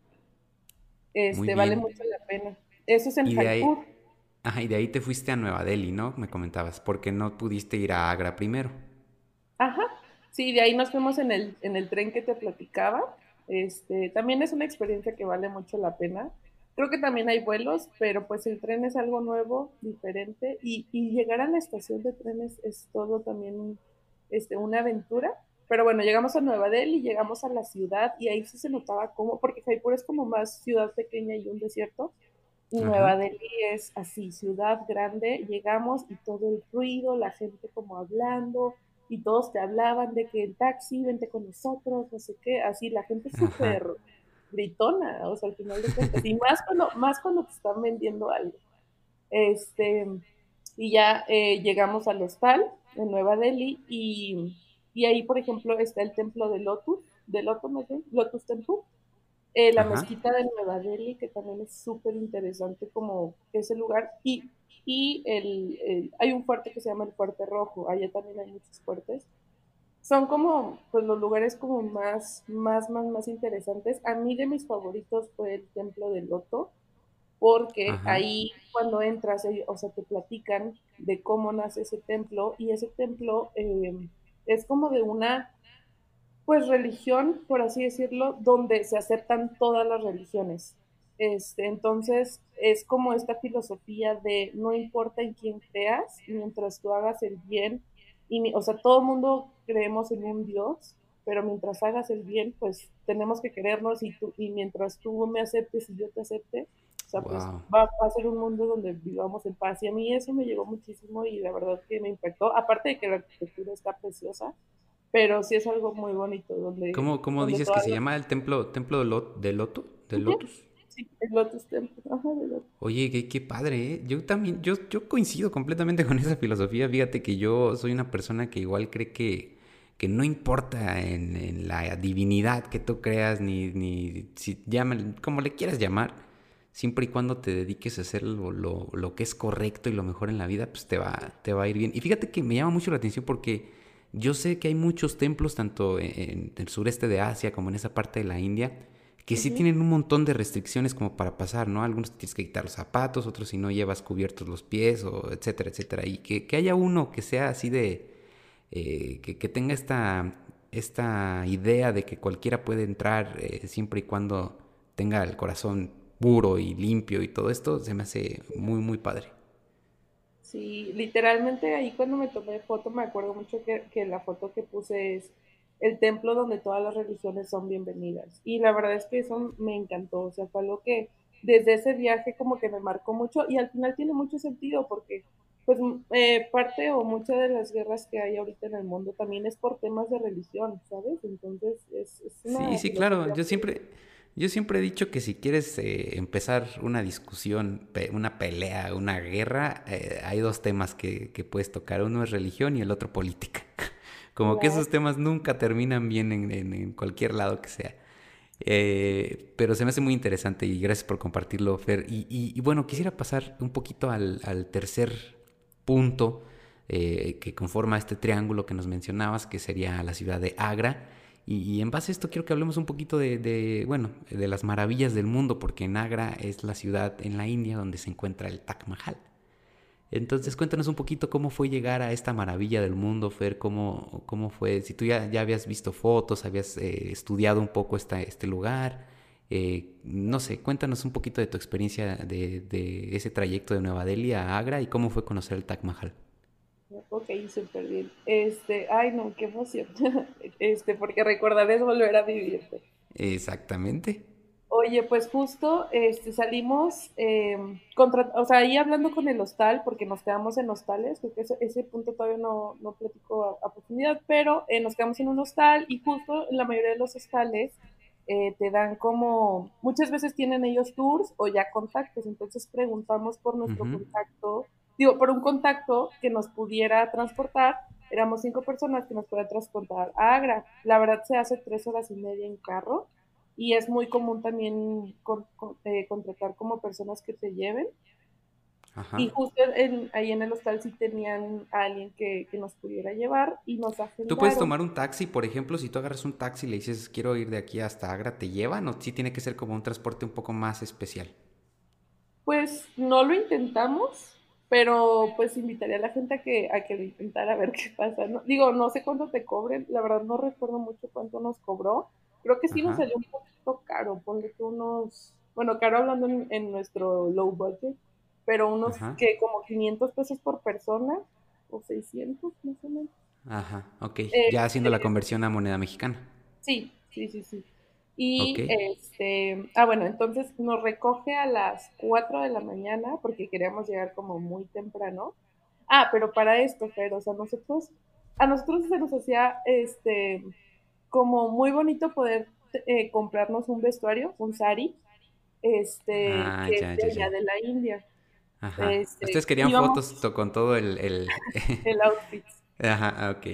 Muy este, vale bien. mucho la pena. Eso es en Y de ahí, Jaipur. ajá, y de ahí te fuiste a Nueva Delhi, ¿no? Me comentabas, porque no pudiste ir a Agra primero. Ajá, sí, de ahí nos fuimos en el, en el tren que te platicaba. Este, también es una experiencia que vale mucho la pena. Creo que también hay vuelos, pero pues el tren es algo nuevo, diferente, y, y llegar a la estación de trenes es todo también este, una aventura. Pero bueno, llegamos a Nueva Delhi, llegamos a la ciudad y ahí sí se notaba cómo, porque Jaipur es como más ciudad pequeña y un desierto, y Ajá. Nueva Delhi es así, ciudad grande, llegamos y todo el ruido, la gente como hablando, y todos te hablaban de que el taxi, vente con nosotros, no sé qué, así, la gente Ajá. súper gritona, o sea, al final de cuentas, y más cuando, más cuando te están vendiendo algo. Este, y ya eh, llegamos al hostal en Nueva Delhi, y, y ahí, por ejemplo, está el templo de Lotus, de Lotus, más bien, Lotus Temple, eh, la Ajá. mezquita de Nueva Delhi, que también es súper interesante como ese lugar, y, y el, el- hay un fuerte que se llama el Fuerte Rojo, allá también hay muchos fuertes. Son como, pues los lugares como más, más, más, más interesantes. A mí de mis favoritos fue el Templo del Loto, porque Ajá. ahí cuando entras, ellos- o sea, te platican de cómo nace ese templo, y ese templo eh, es como de una pues religión, por así decirlo, donde se aceptan todas las religiones. Este, entonces, es como esta filosofía de no importa en quién creas, mientras tú hagas el bien, y, o sea, todo el mundo creemos en un Dios, pero mientras hagas el bien, pues tenemos que querernos y, tú, y mientras tú me aceptes y yo te acepte, o sea, pues Wow. va, va a ser un mundo donde vivamos en paz. Y a mí eso me llegó muchísimo y la verdad que me impactó, aparte de que la arquitectura está preciosa, pero sí es algo muy bonito, donde, ¿Cómo, cómo donde dices que todas se las... llama el templo, templo de, Lot, de Loto? ¿De Ujú. Lotus? Sí, el Lotus Temple, ajá, de Lotus. Oye, qué, qué padre, ¿eh? Yo también, yo, yo coincido completamente con esa filosofía. Fíjate que yo soy una persona que igual cree que, que no importa en, en la divinidad que tú creas, ni, ni si llaman, como le quieras llamar, siempre y cuando te dediques a hacer lo, lo, lo que es correcto y lo mejor en la vida, pues te va, te va a ir bien. Y fíjate que me llama mucho la atención porque yo sé que hay muchos templos, tanto en, en el sureste de Asia como en esa parte de la India, que sí Ujú. tienen un montón de restricciones como para pasar, ¿no? Algunos te tienes que quitar los zapatos, otros si no llevas cubiertos los pies, o etcétera, etcétera. Y que, que haya uno que sea así de, eh, que, que tenga esta, esta idea de que cualquiera puede entrar eh, siempre y cuando tenga el corazón puro y limpio y todo esto, se me hace muy, muy padre. Sí, literalmente ahí cuando me tomé foto me acuerdo mucho que, que la foto que puse es el templo donde todas las religiones son bienvenidas. Y la verdad es que eso me encantó, o sea, fue algo que desde ese viaje como que me marcó mucho y al final tiene mucho sentido porque pues m- eh, parte o muchas de las guerras que hay ahorita en el mundo también es por temas de religión, ¿sabes? Entonces es, es Sí, una sí, claro. filosofía Yo muy... siempre, yo siempre he dicho que si quieres eh, empezar una discusión, pe- una pelea, una guerra, eh, hay dos temas que, que puedes tocar. Uno es religión y el otro política. Como que Claro. esos temas nunca terminan bien en, en- en cualquier lado que sea. Eh, pero se me hace muy interesante y gracias por compartirlo, Fer. Y, y- y bueno, quisiera pasar un poquito al, al tercer punto eh, que conforma este triángulo que nos mencionabas, que sería la ciudad de Agra. Y, y en base a esto quiero que hablemos un poquito de, de, bueno, de las maravillas del mundo, porque en Agra es la ciudad en la India donde se encuentra el Taj Mahal. Entonces cuéntanos un poquito cómo fue llegar a esta maravilla del mundo, Fer, cómo, cómo fue, si tú ya, ya habías visto fotos, habías eh, estudiado un poco esta, este lugar, eh, no sé, cuéntanos un poquito de tu experiencia de, de ese trayecto de Nueva Delhi a Agra y cómo fue conocer el Taj Mahal. Ok, súper bien. Este, ay no, qué emoción. Este, porque recordar es volver a vivirte. Exactamente. Oye, pues justo este, salimos, eh, contra, o sea, ahí hablando con el hostal, porque nos quedamos en hostales, porque ese, ese punto todavía no, no platico a, a profundidad, pero eh, nos quedamos en un hostal y justo en la mayoría de los hostales eh, te dan como, muchas veces tienen ellos tours o ya contactos, entonces preguntamos por nuestro Ujú. contacto, digo, por un contacto que nos pudiera transportar, éramos cinco personas que nos podían transportar a Agra. La verdad se hace tres horas y media en carro y es muy común también con, con, eh, contratar como personas que te lleven. Y Ajá. justo en, ahí en el hostal sí tenían a alguien que, que nos pudiera llevar y nos ¿Tú puedes agendaron. tomar un taxi, por ejemplo, si tú agarras un taxi y le dices quiero ir de aquí hasta Agra, ¿te llevan o sí tiene que ser como un transporte un poco más especial? Pues no lo intentamos, pero pues invitaría a la gente a que, a que lo intentara a ver qué pasa. ¿No? Digo, no sé cuánto te cobren, la verdad no recuerdo mucho cuánto nos cobró. Creo que sí nos Ajá, salió un poquito caro, ponle que unos, bueno, caro hablando en, en nuestro low budget, pero unos ajá, que como quinientos pesos por persona o seiscientos más o menos. ajá, ok. Ya haciendo la Este, conversión a moneda mexicana. sí, sí, sí, sí. Ok. Y este, ah, bueno, entonces nos recoge a las cuatro de la mañana porque queríamos llegar como muy temprano. Ah, pero para esto, pero, o sea, nosotros, a nosotros se nos hacía este, como muy bonito poder eh, comprarnos un vestuario, un sari, este, Ah, que es ya, de ya, allá ya. de la India. Ajá. Este, Ustedes querían fotos íbamos to- con todo el, el... el outfit. Ajá, ok.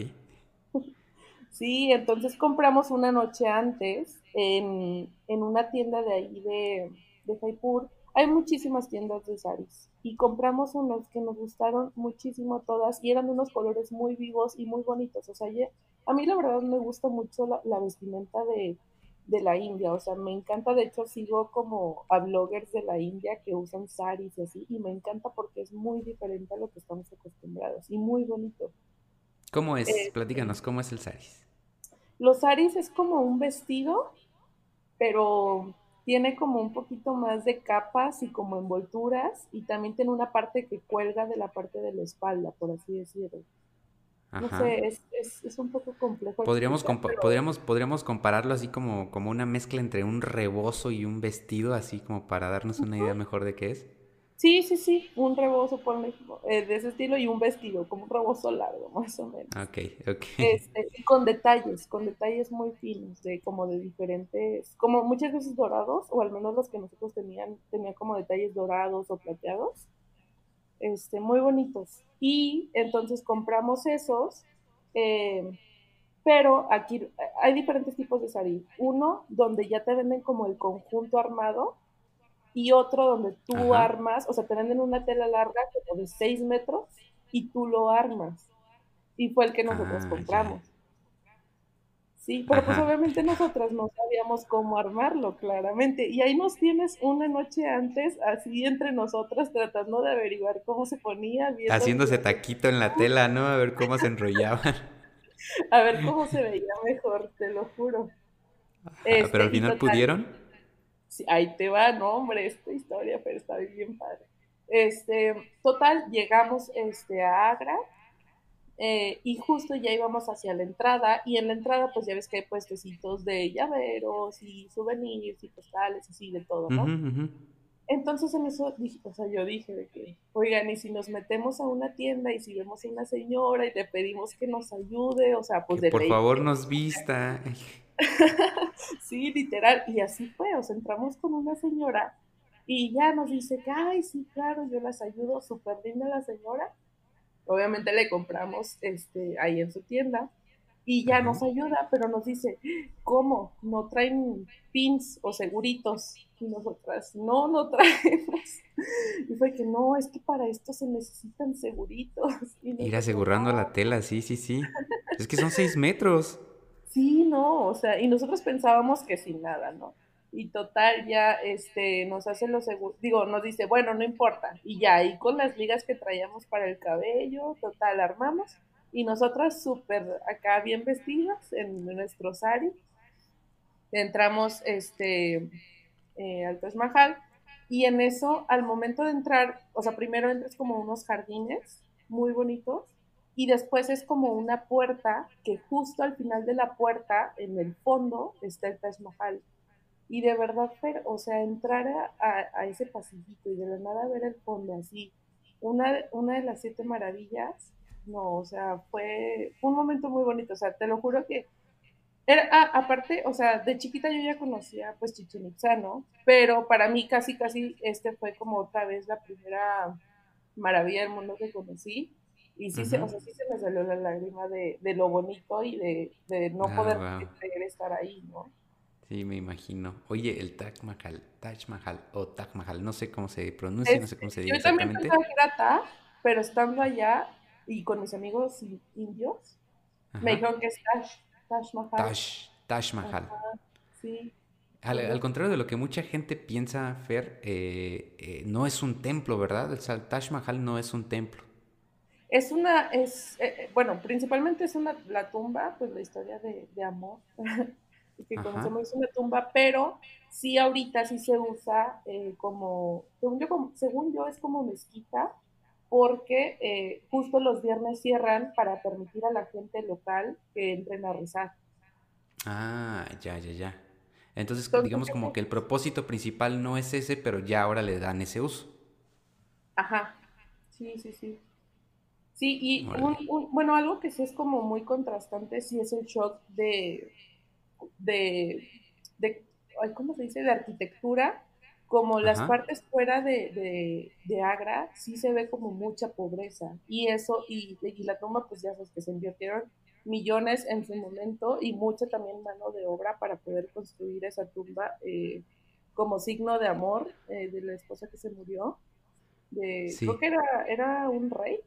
Sí, entonces compramos una noche antes en, en una tienda de ahí de, de Jaipur. Hay muchísimas tiendas de saris y compramos unos que nos gustaron muchísimo todas y eran de unos colores muy vivos y muy bonitos. O sea, ye- a mí la verdad me gusta mucho la, la vestimenta de, de la India. O sea, me encanta, de hecho sigo como a bloggers de la India que usan saris y así y me encanta porque es muy diferente a lo que estamos acostumbrados y muy bonito. ¿Cómo es? Este, Platícanos, ¿cómo es el saris? los saris es como un vestido, pero tiene como un poquito más de capas y como envolturas y también tiene una parte que cuelga de la parte de la espalda, por así decirlo. No Ajá. sé, es, es, es un poco complejo de Podríamos, explicar, compa- pero podríamos, podríamos compararlo así como, como una mezcla entre un rebozo y un vestido, así como para darnos una idea mejor de qué es. sí, sí, sí, un rebozo ponle, eh, de ese estilo y un vestido, como un rebozo largo, más o menos. Ok, ok. Este, y con detalles, con detalles muy finos, de como de diferentes, como muchas veces dorados, o al menos los que nosotros tenían, tenían como detalles dorados o plateados, este, muy bonitos. Y entonces compramos esos, eh, pero aquí hay diferentes tipos de sari. Uno donde ya te venden como el conjunto armado, y otro donde tú Ajá. armas, o sea, te venden una tela larga como de seis metros y tú lo armas. Y fue el que nosotros Ah, ya. compramos. Sí, pero pues Ajá. obviamente nosotras no sabíamos cómo armarlo, claramente. Y ahí nos tienes una noche antes, así entre nosotras, tratando de averiguar cómo se ponía, viendo Haciéndose videos de taquito en la YouTube, tela, ¿no? A ver cómo se enrollaban. a ver cómo se veía mejor, te lo juro. Ajá, pero Este, al y final total, pudieron. sí, ahí te va, no, hombre, esta historia, pero está bien padre. Este, total, llegamos este, a Agra, eh, y justo ya íbamos hacia la entrada, y en la entrada pues ya ves que hay puestecitos de llaveros y souvenirs y postales, así de todo, Ujú, ¿no? ujú. Entonces en eso dije, o sea, yo dije de que, oigan, y si nos metemos a una tienda y si vemos a una señora y le pedimos que nos ayude, o sea, pues Que de por ley. favor nos vista. Sí, literal, y así fue, o sea, entramos con una señora y ya nos dice que, ay, sí, claro, yo las ayudo, súper linda la señora. Obviamente le compramos este, ahí en su tienda y ya Ajá. nos ayuda, pero nos dice, ¿cómo? ¿No traen pins o seguritos? Y nosotras, no, no traemos. Y fue que no, es que para esto se necesitan seguritos. Y Ir nosotros, asegurando ah, la tela, sí, sí, sí. Es que son seis metros. sí, no, o sea, y nosotros pensábamos que sin nada, ¿no? Y total, ya este, nos hace los seguros, digo, nos dice, bueno, no importa. Y ya, ahí con las ligas que traíamos para el cabello, total, armamos. Y nosotras súper acá bien vestidas en nuestro sari, entramos este, eh, al Taj Mahal. Y en eso, al momento de entrar, o sea, primero entras como unos jardines muy bonitos y después es como una puerta que justo al final de la puerta, en el fondo, está el Taj Mahal. Y de verdad, Fer, o sea, entrar a, a, a ese pasillito y de la nada ver el fondo así, una, una de las siete maravillas, no, o sea, fue, fue un momento muy bonito, o sea, te lo juro que era, ah, aparte, o sea, de chiquita yo ya conocía pues Chichen Itza, ¿no? Pero para mí casi, casi este fue como otra vez la primera maravilla del mundo que conocí. Y sí, se, Ujú. o sea, sí se me salió la lágrima de, de lo bonito y de, de no Ah, poder wow. creer estar ahí, ¿no? Sí, me imagino. Oye, el Taj Mahal, Taj Mahal o Taj Mahal, no sé cómo se pronuncia, no Es, sé cómo se diga yo también pensaba exactamente. que era Taj, pero estando allá y con mis amigos indios, me Ajá. dijeron que es Taj, Taj Mahal. Taj, Taj Mahal. Ajá, sí, Al, sí, al yo. contrario de lo que mucha gente piensa, Fer, eh, eh, no es un templo, ¿verdad? El Sal- Taj Mahal no es un templo. Es una, es, eh, eh, bueno, principalmente es una, la tumba, pues la historia de, de amor que Ajá. conocemos es una tumba, pero sí ahorita sí se usa eh, como, según yo, como, según yo es como mezquita, porque eh, justo los viernes cierran para permitir a la gente local que entren a rezar. Ah, ya, ya, ya. Entonces, Entonces, digamos como que el propósito principal no es ese, pero ya ahora le dan ese uso. ajá, sí, sí, sí. Sí, y un, Órale. un, bueno, algo que sí es como muy contrastante, sí es el shock de, de, de ay, ¿cómo se dice? De arquitectura, como las Ajá. partes fuera de, de, de Agra, sí se ve como mucha pobreza. Y eso, y, y la tumba, pues ya sabes que se invirtieron millones en su momento y mucha también mano de obra para poder construir esa tumba eh, como signo de amor eh, de la esposa que se murió. De, creo Sí. que era, era un rey,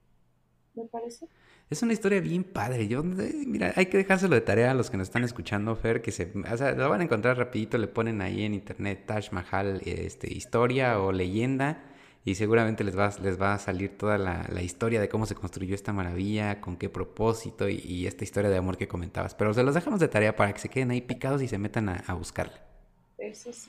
me parece. Es una historia bien padre. Yo, eh, mira, hay que dejárselo de tarea a los que nos están escuchando, Fer, que se, o sea, lo van a encontrar rapidito, le ponen ahí en internet Taj Mahal, este, historia o leyenda, y seguramente les va, les va a salir toda la, la historia de cómo se construyó esta maravilla, con qué propósito y, y esta historia de amor que comentabas. Pero se los dejamos de tarea para que se queden ahí picados y se metan a, a buscarla. Eso sí.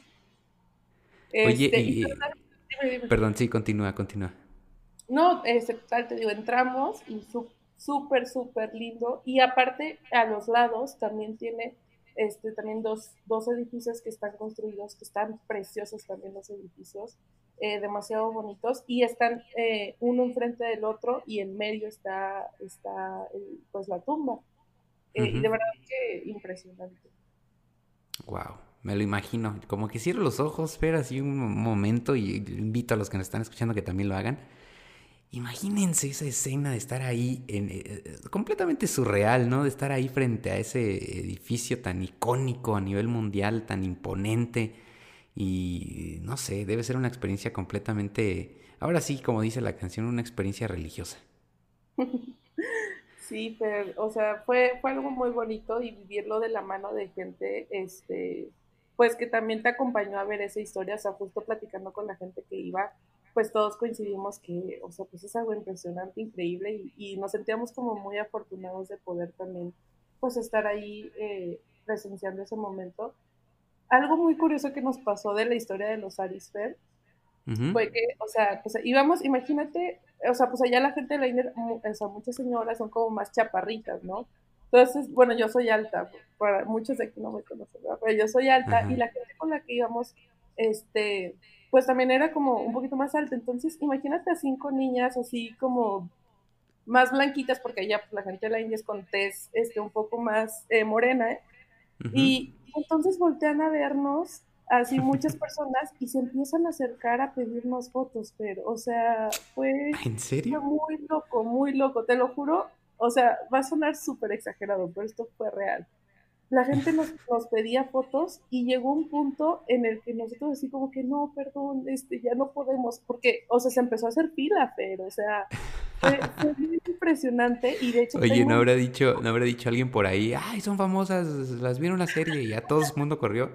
Oye, Este, y y, total, dime, dime. perdón, sí, continúa, continúa. No, este, tal, te digo, entramos y su- súper, súper lindo. Y aparte, a los lados también tiene este, también dos, dos edificios que están construidos, que están preciosos también los edificios, eh, demasiado bonitos, y están eh, uno enfrente del otro, y en medio está, está el- pues la tumba. Eh, y de verdad que impresionante. Wow, me lo imagino. Como que cierro los ojos, Fer, así un momento y invito a los que nos están escuchando que también lo hagan. Imagínense esa escena de estar ahí, en, eh, eh, completamente surreal, ¿no? De estar ahí frente a ese edificio tan icónico a nivel mundial, tan imponente, y no sé, debe ser una experiencia completamente, ahora sí, como dice la canción, una experiencia religiosa. Sí, pero, o sea, fue, fue algo muy bonito y vivirlo de la mano de gente, este, pues que también te acompañó a ver esa historia, o sea, justo platicando con la gente que iba, pues todos coincidimos que, o sea, pues es algo impresionante, increíble y, y nos sentíamos como muy afortunados de poder también, pues estar ahí eh, presenciando ese momento. Algo muy curioso que nos pasó de la historia de los Aris Fair Ujú. fue que, o sea, pues íbamos, imagínate, o sea, pues allá la gente de la India, mu- o sea, muchas señoras son como más chaparritas, ¿no? Entonces, bueno, yo soy alta, para muchos de aquí no me conocen, ¿verdad? Pero yo soy alta y Ajá. la gente con la que íbamos, este, pues también era como un poquito más alta. Entonces, imagínate a cinco niñas así como más blanquitas, porque allá pues, la gente de la India es con tez, este, un poco más eh, morena, ¿eh? Ujú. Y entonces voltean a vernos, así muchas personas, y se empiezan a acercar a pedirnos fotos, pero, o sea, fue, ¿En serio? fue muy loco, muy loco, te lo juro. O sea, va a sonar súper exagerado, pero esto fue real. La gente nos, nos pedía fotos y llegó un punto en el que nosotros así como que no, perdón, este, ya no podemos, porque, o sea, se empezó a hacer fila, pero, o sea, fue, fue muy impresionante y de hecho Oye, ¿no tengo. habrá dicho, no habrá dicho alguien por ahí, ay, son famosas, las vieron la serie y ya todo el mundo corrió?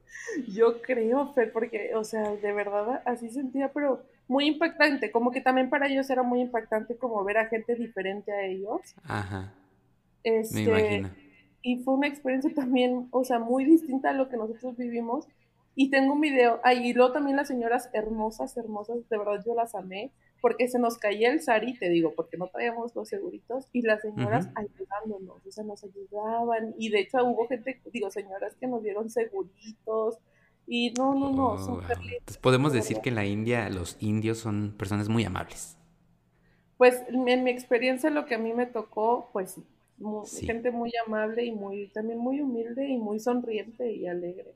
Yo creo, Fer, porque, o sea, de verdad así sentía, pero muy impactante, como que también para ellos era muy impactante como ver a gente diferente a ellos. Ajá, me Este, imagino. y fue una experiencia también, o sea, muy distinta a lo que nosotros vivimos. Y tengo un video, ahí y luego también las señoras hermosas, hermosas, de verdad yo las amé, porque se nos caía el sari, te digo, porque no traíamos los seguritos, y las Ujú. señoras ayudándonos, o sea, nos ayudaban, y de hecho hubo gente, digo, señoras que nos dieron seguritos, y no, no, no, Oh, súper wow. lindo, Entonces podemos de decir verdad. que en la India los indios son personas muy amables. Pues en mi experiencia lo que a mí me tocó, pues sí, mu- Sí. gente muy amable y muy, también muy humilde y muy sonriente y alegre.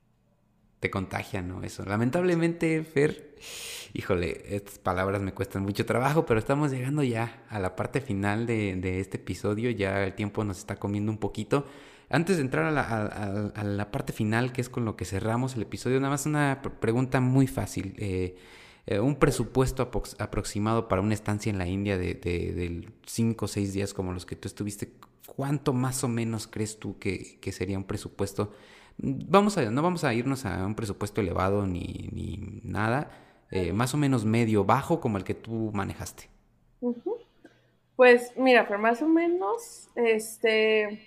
Te contagia, ¿no? Eso. Lamentablemente, Fer, híjole, estas palabras me cuestan mucho trabajo, pero estamos llegando ya a la parte final de, de este episodio. Ya el tiempo nos está comiendo un poquito. Antes de entrar a la, a- a- a la parte final, que es con lo que cerramos el episodio, nada más una pr- pregunta muy fácil. Eh, eh, un presupuesto apox- aproximado para una estancia en la India de, de, de cinco o seis días como los que tú estuviste, ¿cuánto más o menos crees tú que, que sería un presupuesto? Vamos a, no vamos a irnos a un presupuesto elevado ni, ni nada, eh, más o menos medio, bajo como el que tú manejaste. Ujú. Pues mira, pero más o menos, este,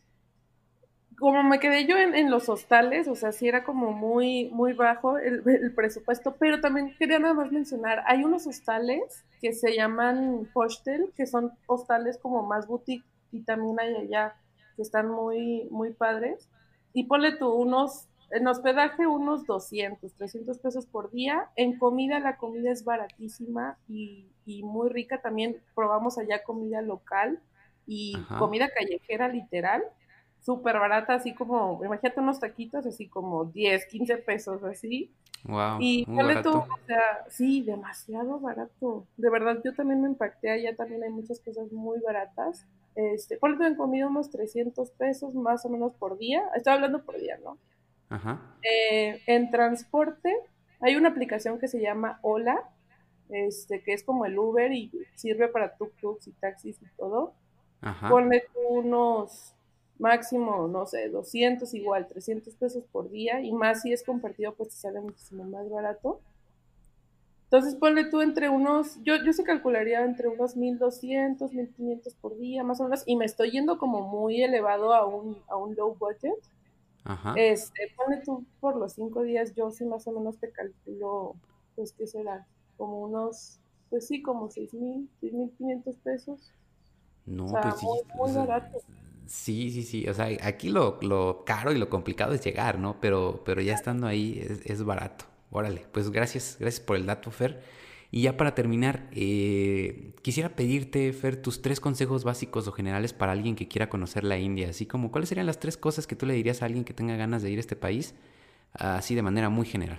como me quedé yo en, en los hostales, o sea, sí era como muy, muy bajo el, el presupuesto, pero también quería nada más mencionar, hay unos hostales que se llaman hostel, que son hostales como más boutique, y también hay allá que están muy, muy padres. Y ponle tú unos, en hospedaje unos doscientos trescientos pesos por día. En comida, la comida es baratísima y, y muy rica. También probamos allá comida local y Ajá. comida callejera literal súper barata, así como, imagínate unos taquitos, así como diez quince pesos, así. Wow, Y muy ponle tú, barato. o sea, sí, demasiado barato. De verdad, yo también me impacté, allá también hay muchas cosas muy baratas. Este, ponle tú en comida unos trescientos pesos más o menos por día. Estoy hablando por día, ¿no? Ajá, Eh, en transporte, hay una aplicación que se llama Ola, este, que es como el Uber y sirve para tuk-tuks y taxis y todo. ajá. Ponle tú unos máximo, no sé, doscientos igual, trescientos pesos por día y más si es compartido, pues te sale muchísimo más barato. Entonces ponle tú entre unos, yo, yo se calcularía entre unos mil doscientos mil quinientos por día, más o menos, y me estoy yendo como muy elevado a un, a un low budget. Ajá. Este, ponle tú por los cinco días, yo sí más o menos te calculo, pues, ¿qué será? Como unos, pues sí, como seis mil, seis mil quinientos pesos. O No, sea, pues muy, sí, o muy sea, barato. sí, sí, sí. O sea, aquí lo, lo caro y lo complicado es llegar, ¿no? Pero, pero ya estando ahí es, es barato. Órale, pues gracias, gracias por el dato, Fer. Y ya para terminar, eh, quisiera pedirte, Fer, tus tres consejos básicos o generales para alguien que quiera conocer la India. Así como, ¿cuáles serían las tres cosas que tú le dirías a alguien que tenga ganas de ir a este país? Así de manera muy general.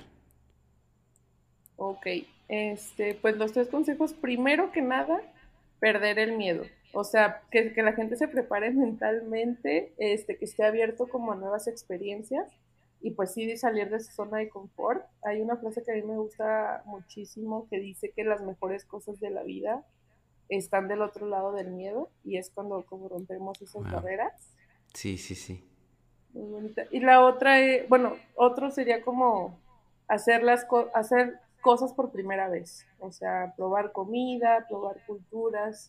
Ok, este, pues los tres consejos, primero que nada, perder el miedo. O sea, que, que la gente se prepare mentalmente, este, que esté abierto como a nuevas experiencias y pues sí de salir de su zona de confort. Hay una frase que a mí me gusta muchísimo que dice que las mejores cosas de la vida están del otro lado del miedo y es cuando como rompemos esas Wow. barreras. Sí, sí, sí. Muy bonita. Y la otra, eh, bueno, otro sería como hacer, las co- hacer cosas por primera vez, o sea, probar comida, probar culturas,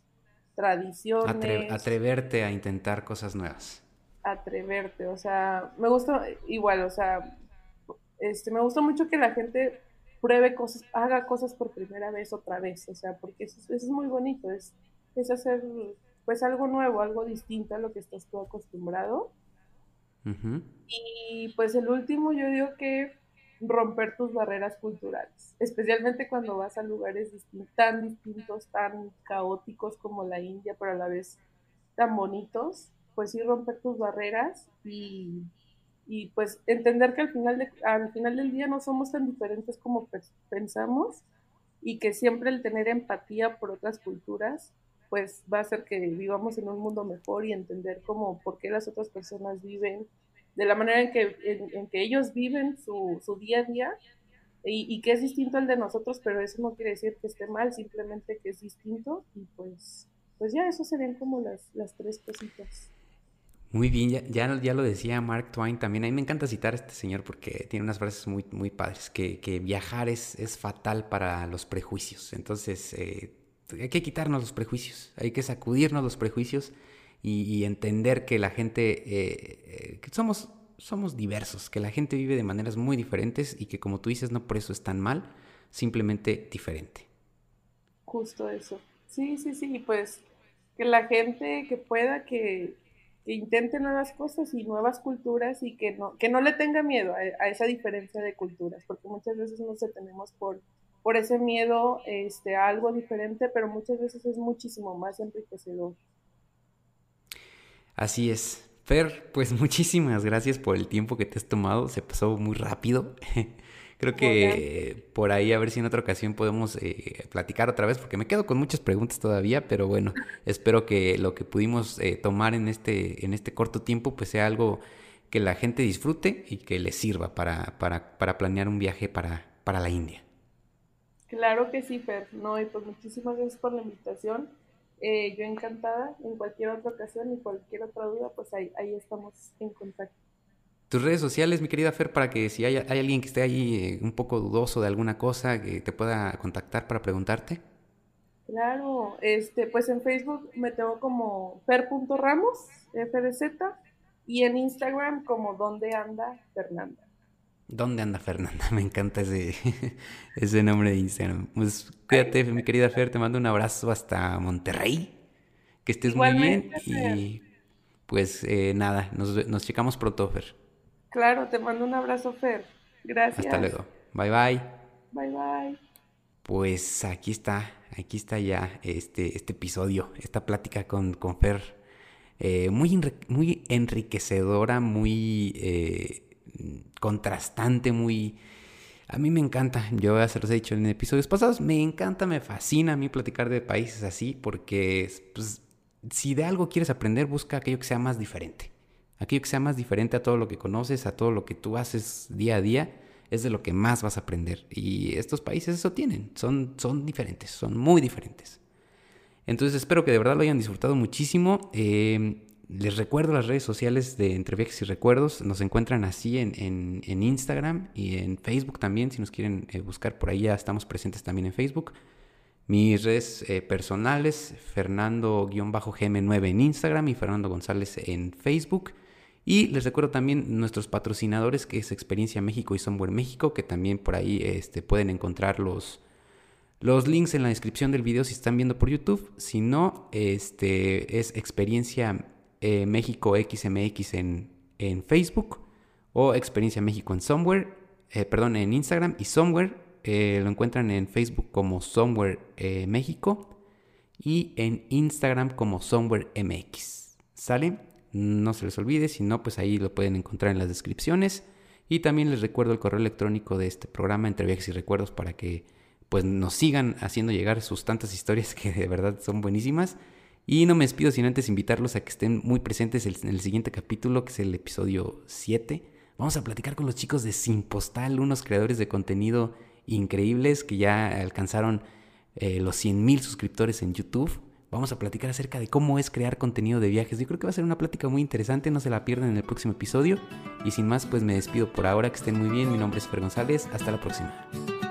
Atre- tradiciones, atreverte a intentar cosas nuevas. atreverte, o sea, me gusta igual, o sea, este, me gusta mucho que la gente pruebe cosas, haga cosas por primera vez otra vez, o sea, porque eso, es- eso es muy bonito, es, es hacer pues algo nuevo, algo distinto a lo que estás tú acostumbrado. Ujú. Y pues el último yo digo que romper tus barreras culturales, especialmente cuando vas a lugares distin- tan distintos, tan caóticos como la India, pero a la vez tan bonitos, pues sí romper tus barreras y, y pues entender que al final, de, al final del día no somos tan diferentes como pe- pensamos y que siempre el tener empatía por otras culturas pues va a hacer que vivamos en un mundo mejor y entender cómo por qué las otras personas viven de la manera en que, en, en que ellos viven su, su día a día y, y que es distinto al de nosotros, pero eso no quiere decir que esté mal, simplemente que es distinto y pues, pues ya, eso serían como las, las tres cositas. Muy bien, ya, ya, ya lo decía Mark Twain también. A mí me encanta citar a este señor porque tiene unas frases muy, muy padres, que, que viajar es, es fatal para los prejuicios. Entonces, eh, hay que quitarnos los prejuicios, hay que sacudirnos los prejuicios y, y entender que la gente, eh, eh, que somos, somos diversos, que la gente vive de maneras muy diferentes y que como tú dices, no por eso es tan mal, simplemente diferente. Justo eso. Sí, sí, sí, y pues que la gente que pueda que, que intente nuevas cosas y nuevas culturas y que no, que no le tenga miedo a, a esa diferencia de culturas, porque muchas veces nos detenemos por, por ese miedo este, a algo diferente, pero muchas veces es muchísimo más enriquecedor. Así es. Fer, pues muchísimas gracias por el tiempo que te has tomado. Se pasó muy rápido. Creo Igualmente, que por ahí a ver si en otra ocasión podemos eh, platicar otra vez, porque me quedo con muchas preguntas todavía, pero bueno, espero que lo que pudimos eh, tomar en este, en este corto tiempo pues sea algo que la gente disfrute y que les sirva para, para, para planear un viaje para, para la India. claro que sí, Fer. No, y pues muchísimas gracias por la invitación. Eh, yo encantada en cualquier otra ocasión y cualquier otra duda, pues ahí, ahí estamos en contacto. Tus redes sociales, mi querida Fer, para que si hay, hay alguien que esté ahí eh, un poco dudoso de alguna cosa, que te pueda contactar para preguntarte. Claro, este, pues en Facebook me tengo como fer.ramos, F de Z, y en Instagram como donde anda Fernanda. ¿Dónde anda Fernanda? Me encanta ese, ese nombre de Instagram. Pues Ahí cuídate, mi está. querida Fer, te mando un abrazo hasta Monterrey. Que estés muy bien Igualmente, Fer. y pues eh, nada, nos, nos checamos pronto, Fer. Claro, te mando un abrazo, Fer. Hasta Gracias. luego. Bye bye. Bye bye. Pues aquí está, aquí está ya este, este episodio, esta plática con, con Fer. Eh, muy, enri- muy enriquecedora, muy eh, contrastante, muy... A mí me encanta, yo ya se los he dicho en episodios pasados, me encanta, me fascina a mí platicar de países así porque pues, si de algo quieres aprender, busca aquello que sea más diferente. Aquello que sea más diferente a todo lo que conoces, a todo lo que tú haces día a día, es de lo que más vas a aprender. Y estos países eso tienen, son, son diferentes, son muy diferentes. Entonces espero que de verdad lo hayan disfrutado muchísimo. Eh, les recuerdo las redes sociales de Entre Viajes y Recuerdos. Nos encuentran así en, en, en Instagram y en Facebook también. Si nos quieren eh, buscar por ahí, ya estamos presentes también en Facebook. Mis redes eh, personales, Fernando-G M nueve en Instagram y Fernando González en Facebook. Y les recuerdo también nuestros patrocinadores, que es Experiencia México y Somewhere México, que también por ahí este, pueden encontrar los, los links en la descripción del video si están viendo por YouTube. Si no, este es Experiencia eh, México X M X en, en Facebook o Experiencia México en Somewhere, eh, perdón, en Instagram y Somewhere. Eh, lo encuentran en Facebook como Somewhere eh, México y en Instagram como Somewhere M X. ¿Sale? No se les olvide, si no, pues ahí lo pueden encontrar en las descripciones. Y también les recuerdo el correo electrónico de este programa, Entre Viajes y Recuerdos, para que pues nos sigan haciendo llegar sus tantas historias que de verdad son buenísimas. Y no me despido sin antes invitarlos a que estén muy presentes en el siguiente capítulo, que es el episodio siete, Vamos a platicar con los chicos de Sin Postal, unos creadores de contenido increíbles que ya alcanzaron eh, los cien mil suscriptores en YouTube. Vamos a platicar acerca de cómo es crear contenido de viajes. Yo creo que va a ser una plática muy interesante, no se la pierdan en el próximo episodio. Y sin más, pues me despido por ahora, que estén muy bien. Mi nombre es Fer González, hasta la próxima.